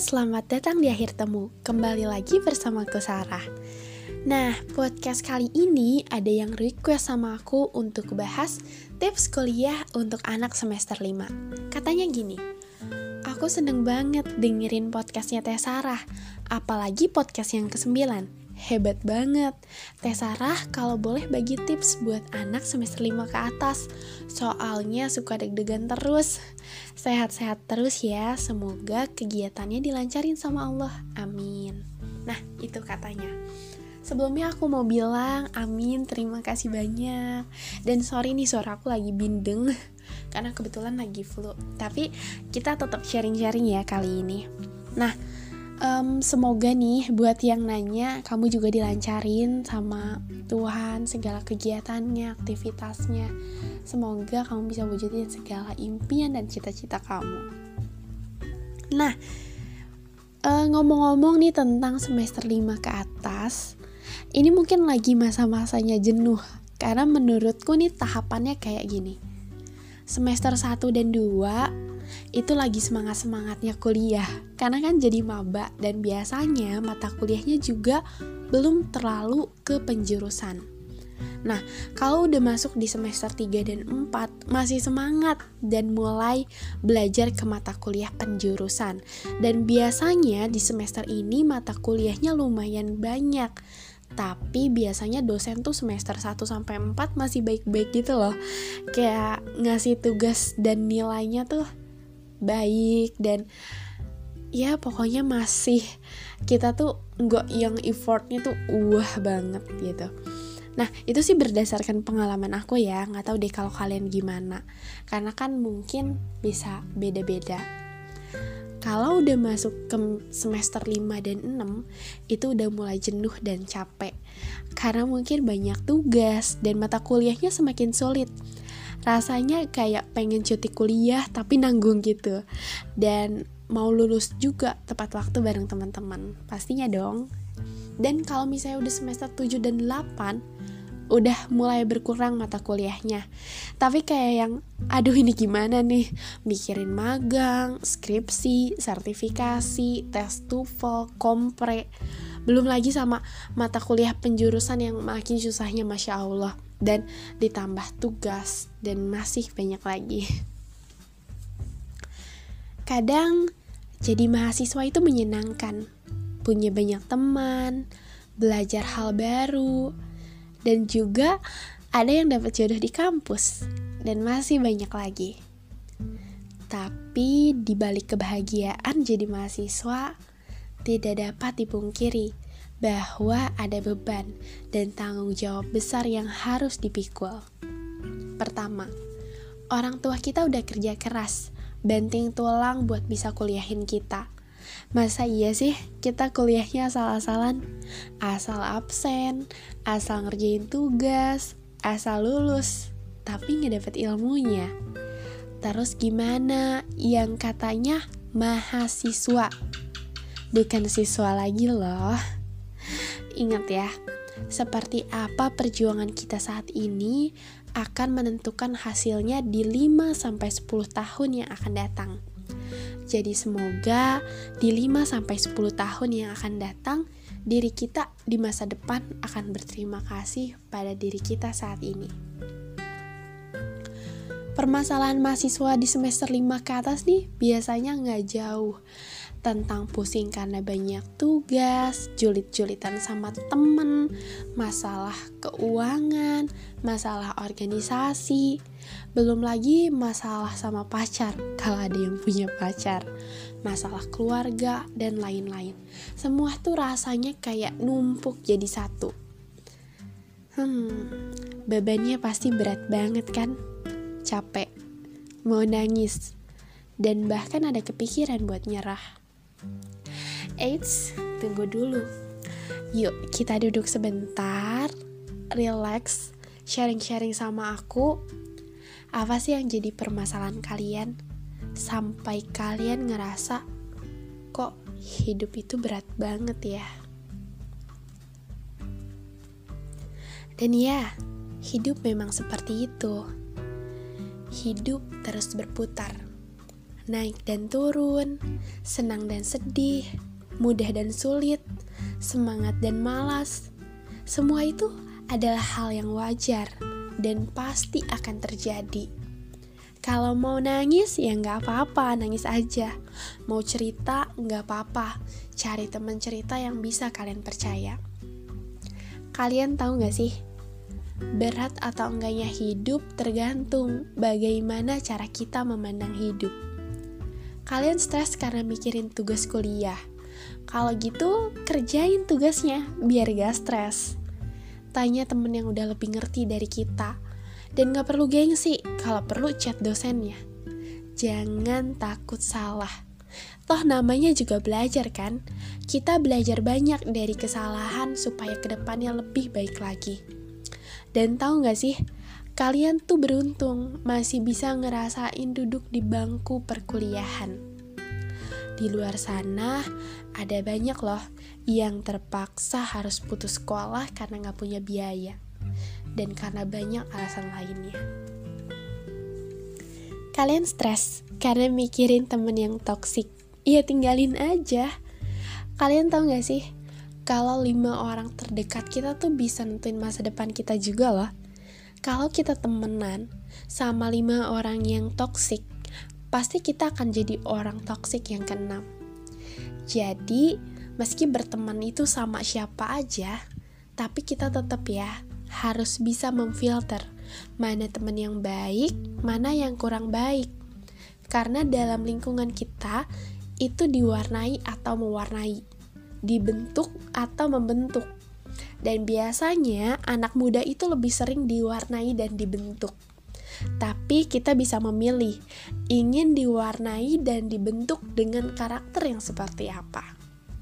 selamat datang di Akhir Temu. Kembali lagi bersamaku Sarah. Nah, podcast kali ini ada yang request sama aku untuk bahas tips kuliah untuk anak semester 5. Katanya gini, aku seneng banget dengerin podcastnya Teh Sarah, apalagi podcast yang ke-9. Hebat banget. Teh Sarah kalau boleh bagi tips buat anak semester 5 ke atas. Soalnya suka deg-degan terus. Sehat-sehat terus ya. Semoga kegiatannya dilancarin sama Allah. Amin. Nah, itu katanya. Sebelumnya aku mau bilang amin, terima kasih banyak. Dan sorry nih suara aku lagi bindeng karena kebetulan lagi flu. Tapi kita tetap sharing-sharing ya kali ini. Nah, semoga nih buat yang nanya kamu juga dilancarin sama Tuhan segala kegiatannya, aktivitasnya. Semoga kamu bisa wujudin segala impian dan cita-cita kamu. Nah, ngomong-ngomong nih tentang semester 5 ke atas, ini mungkin lagi masa-masanya jenuh. Karena menurutku nih tahapannya kayak gini. Semester 1 dan 2 itu lagi semangat-semangatnya kuliah, karena kan jadi maba dan biasanya mata kuliahnya juga belum terlalu ke penjurusan. Nah, kalau udah masuk di semester 3 dan 4 masih semangat dan mulai belajar ke mata kuliah penjurusan. Dan biasanya di semester ini mata kuliahnya lumayan banyak. Tapi biasanya dosen tuh semester 1 sampai 4 masih baik-baik gitu loh. Kayak ngasih tugas dan nilainya tuh baik dan ya pokoknya masih kita tuh nggak yang effortnya tuh banget gitu. Nah itu sih berdasarkan pengalaman aku ya, nggak tahu deh kalau kalian gimana, karena kan mungkin bisa beda-beda. Kalau udah masuk ke semester 5 dan 6 itu udah mulai jenuh dan capek karena mungkin banyak tugas dan mata kuliahnya semakin sulit. Rasanya kayak pengen cuti kuliah tapi nanggung gitu. Dan mau lulus juga tepat waktu bareng teman-teman. Pastinya dong. Dan kalau misalnya udah semester 7 dan 8 udah mulai berkurang mata kuliahnya. Tapi kayak yang aduh ini gimana nih, mikirin magang, skripsi, sertifikasi, tes TOEFL, kompre. Belum lagi sama mata kuliah penjurusan yang makin susahnya Masya Allah. Dan ditambah tugas dan masih banyak lagi. Kadang jadi mahasiswa itu menyenangkan, punya banyak teman, belajar hal baru, dan juga ada yang dapat jodoh di kampus, dan masih banyak lagi. Tapi di balik kebahagiaan jadi mahasiswa, tidak dapat dipungkiri bahwa ada beban dan tanggung jawab besar yang harus dipikul. Pertama, orang tua kita udah kerja keras, banting tulang buat bisa kuliahin kita. Masa iya sih kita kuliahnya asal-asalan? Asal absen, asal ngerjain tugas, asal lulus, tapi gak dapet ilmunya. Terus gimana yang katanya mahasiswa? Bukan siswa lagi loh. Ingat ya, seperti apa perjuangan kita saat ini akan menentukan hasilnya di 5-10 tahun yang akan datang. Jadi semoga di 5-10 tahun yang akan datang, diri kita di masa depan akan berterima kasih pada diri kita saat ini. Permasalahan mahasiswa di semester 5 ke atas nih biasanya gak jauh tentang pusing karena banyak tugas, julit-julitan sama temen, masalah keuangan, masalah organisasi, belum lagi masalah sama pacar kalau ada yang punya pacar, masalah keluarga, dan lain-lain. Semua tuh rasanya kayak numpuk jadi satu. Bebannya pasti berat banget kan? Capek, mau nangis, dan bahkan ada kepikiran buat nyerah. Eits, tunggu dulu. Yuk kita duduk sebentar, relax, sharing-sharing sama aku. Apa sih yang jadi permasalahan kalian? Sampai kalian ngerasa kok hidup itu berat banget ya. Dan ya, hidup memang seperti itu. Hidup terus berputar. naik dan turun, senang dan sedih, mudah dan sulit, semangat dan malas. Semua itu adalah hal yang wajar dan pasti akan terjadi. Kalau mau nangis ya gak apa-apa, nangis aja. Mau cerita gak apa-apa, cari teman cerita yang bisa kalian percaya. Kalian tahu gak sih, berat atau enggaknya hidup tergantung bagaimana cara kita memandang hidup. Kalian stres karena mikirin tugas kuliah. Kalau gitu, kerjain tugasnya biar gak stres. Tanya temen yang udah lebih ngerti dari kita. Dan gak perlu gengsi, kalau perlu chat dosennya. Jangan takut salah. Toh namanya juga belajar kan? Kita belajar banyak dari kesalahan supaya kedepannya lebih baik lagi. Dan tahu gak sih, kalian tuh beruntung masih bisa ngerasain duduk di bangku perkuliahan. Di luar sana, ada banyak loh yang terpaksa harus putus sekolah karena gak punya biaya. Dan karena banyak alasan lainnya. Kalian stres karena mikirin temen yang toksik. Ya tinggalin aja. Kalian tahu gak sih, kalau 5 orang terdekat kita tuh bisa nentuin masa depan kita juga loh. Kalau kita temenan sama 5 orang yang toksik, pasti kita akan jadi orang toksik yang ke-6. Jadi, meski berteman itu sama siapa aja, tapi kita tetap ya harus bisa memfilter mana teman yang baik, mana yang kurang baik. Karena dalam lingkungan kita itu diwarnai atau mewarnai, dibentuk atau membentuk. Dan biasanya anak muda itu lebih sering diwarnai dan dibentuk. Tapi kita bisa memilih ingin diwarnai dan dibentuk dengan karakter yang seperti apa.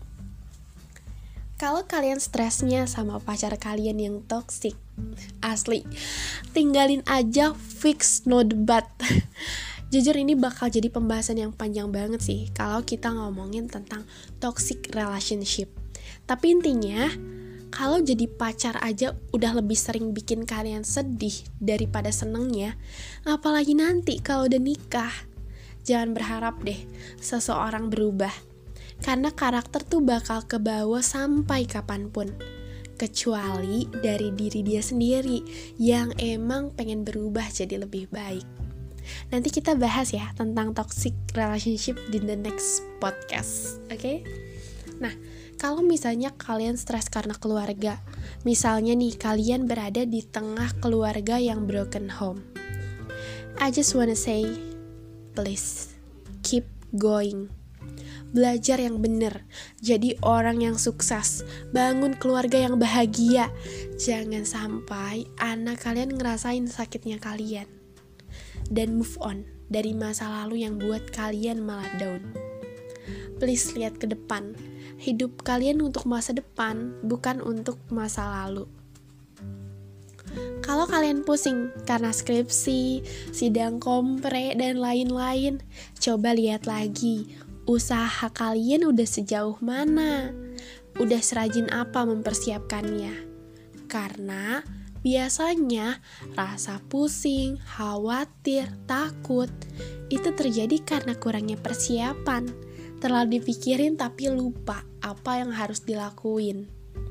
Kalau kalian stresnya sama pacar kalian yang toksik, asli, tinggalin aja, fix, no debat. Jujur ini bakal jadi pembahasan yang panjang banget sih kalau kita ngomongin tentang toxic relationship. Tapi intinya, kalau jadi pacar aja udah lebih sering bikin kalian sedih daripada senengnya, apalagi nanti kalau udah nikah. Jangan berharap deh seseorang berubah, karena karakter tuh bakal kebawa sampai kapanpun. Kecuali dari diri dia sendiri yang emang pengen berubah jadi lebih baik. Nanti kita bahas ya tentang toxic relationship di the next podcast, oke? Nah, kalau misalnya kalian stres karena keluarga, misalnya nih kalian berada di tengah keluarga yang broken home, I just wanna say, please keep going. Belajar yang bener, jadi orang yang sukses, bangun keluarga yang bahagia. Jangan sampai anak kalian ngerasain sakitnya kalian. Dan move on dari masa lalu yang buat kalian malah down. Please lihat ke depan. Hidup kalian untuk masa depan, bukan untuk masa lalu. Kalau kalian pusing karena skripsi, sidang kompre, dan lain-lain, coba lihat lagi, usaha kalian udah sejauh mana? Udah serajin apa mempersiapkannya? Karena biasanya rasa pusing, khawatir, takut itu terjadi karena kurangnya persiapan. Terlalu dipikirin tapi lupa apa yang harus dilakuin.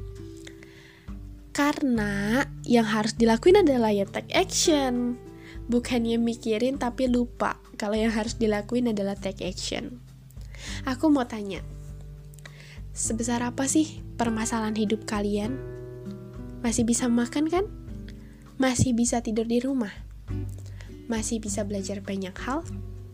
Karena yang harus dilakuin adalah ya take action. Bukannya mikirin tapi lupa kalau yang harus dilakuin adalah take action. Aku mau tanya, sebesar apa sih permasalahan hidup kalian? Masih bisa makan kan? Masih bisa tidur di rumah? Masih bisa belajar banyak hal?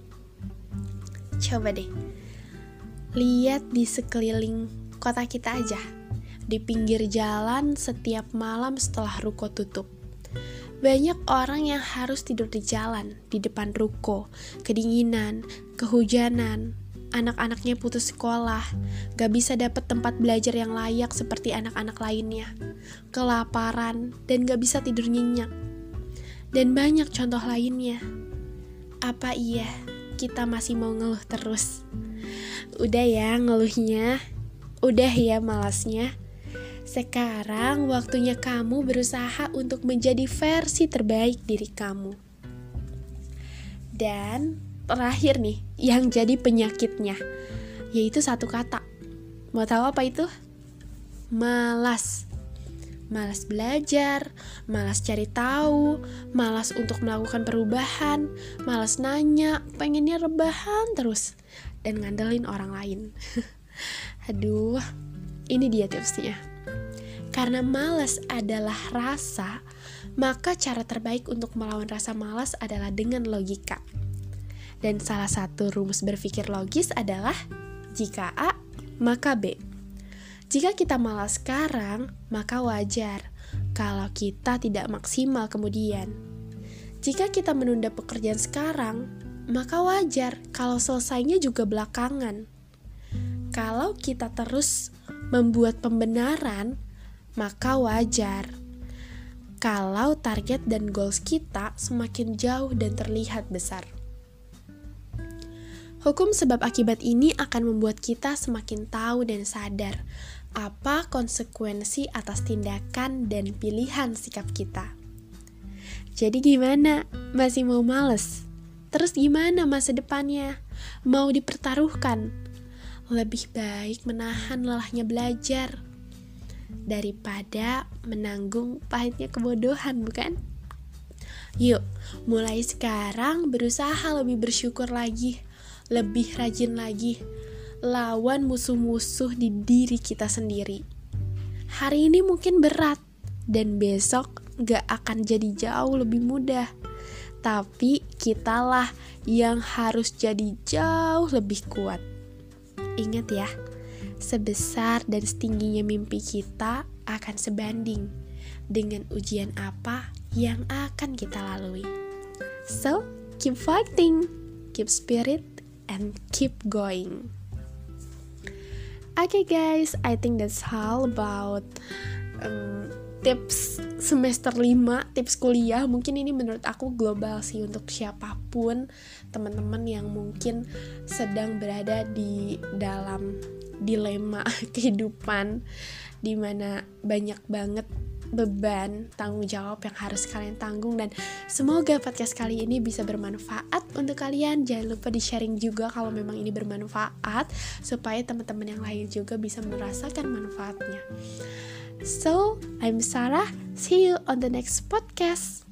Coba deh, lihat di sekeliling kota kita aja. Di pinggir jalan setiap malam setelah ruko tutup, banyak orang yang harus tidur di jalan, di depan ruko, kedinginan, kehujanan, anak-anaknya putus sekolah, gak bisa dapet tempat belajar yang layak seperti anak-anak lainnya, kelaparan, dan gak bisa tidur nyenyak, dan banyak contoh lainnya. Apa iya kita masih mau ngeluh terus? Udah ya ngeluhnya, udah ya malasnya. Sekarang waktunya kamu berusaha untuk menjadi versi terbaik diri kamu. Dan terakhir nih yang jadi penyakitnya, yaitu satu kata. Mau tahu apa itu? Malas. Malas belajar, malas cari tahu, malas untuk melakukan perubahan, malas nanya, pengennya rebahan terus, dan ngandelin orang lain. Aduh, ini dia tipsnya. Karena malas adalah rasa, maka cara terbaik untuk melawan rasa malas adalah dengan logika. Dan salah satu rumus berpikir logis adalah jika A, maka B. Jika kita malas sekarang, maka wajar kalau kita tidak maksimal kemudian. Jika kita menunda pekerjaan sekarang, maka wajar kalau selesainya juga belakangan. Kalau kita terus membuat pembenaran, maka wajar kalau target dan goals kita semakin jauh dan terlihat besar. Hukum sebab akibat ini akan membuat kita semakin tahu dan sadar apa konsekuensi atas tindakan dan pilihan sikap kita. Jadi gimana? Masih mau males? Terus gimana masa depannya? Mau dipertaruhkan? Lebih baik menahan lelahnya belajar daripada menanggung pahitnya kebodohan, bukan? Yuk, mulai sekarang berusaha lebih bersyukur lagi, lebih rajin lagi, lawan musuh-musuh di diri kita sendiri. Hari ini mungkin berat, dan besok gak akan jadi jauh lebih mudah. Tapi kitalah yang harus jadi jauh lebih kuat. Ingat ya, sebesar dan setingginya mimpi kita akan sebanding dengan ujian apa yang akan kita lalui. So, keep fighting, keep spirit, and keep going. Okay guys, I think that's all about tips semester 5, tips kuliah. Mungkin ini menurut aku global sih untuk siapapun teman-teman yang mungkin sedang berada di dalam dilema kehidupan, dimana banyak banget beban, tanggung jawab yang harus kalian tanggung. Dan semoga podcast kali ini bisa bermanfaat untuk kalian. Jangan lupa di-sharing juga kalau memang ini bermanfaat, supaya teman-teman yang lain juga bisa merasakan manfaatnya. So, I'm Sarah. See you on the next podcast.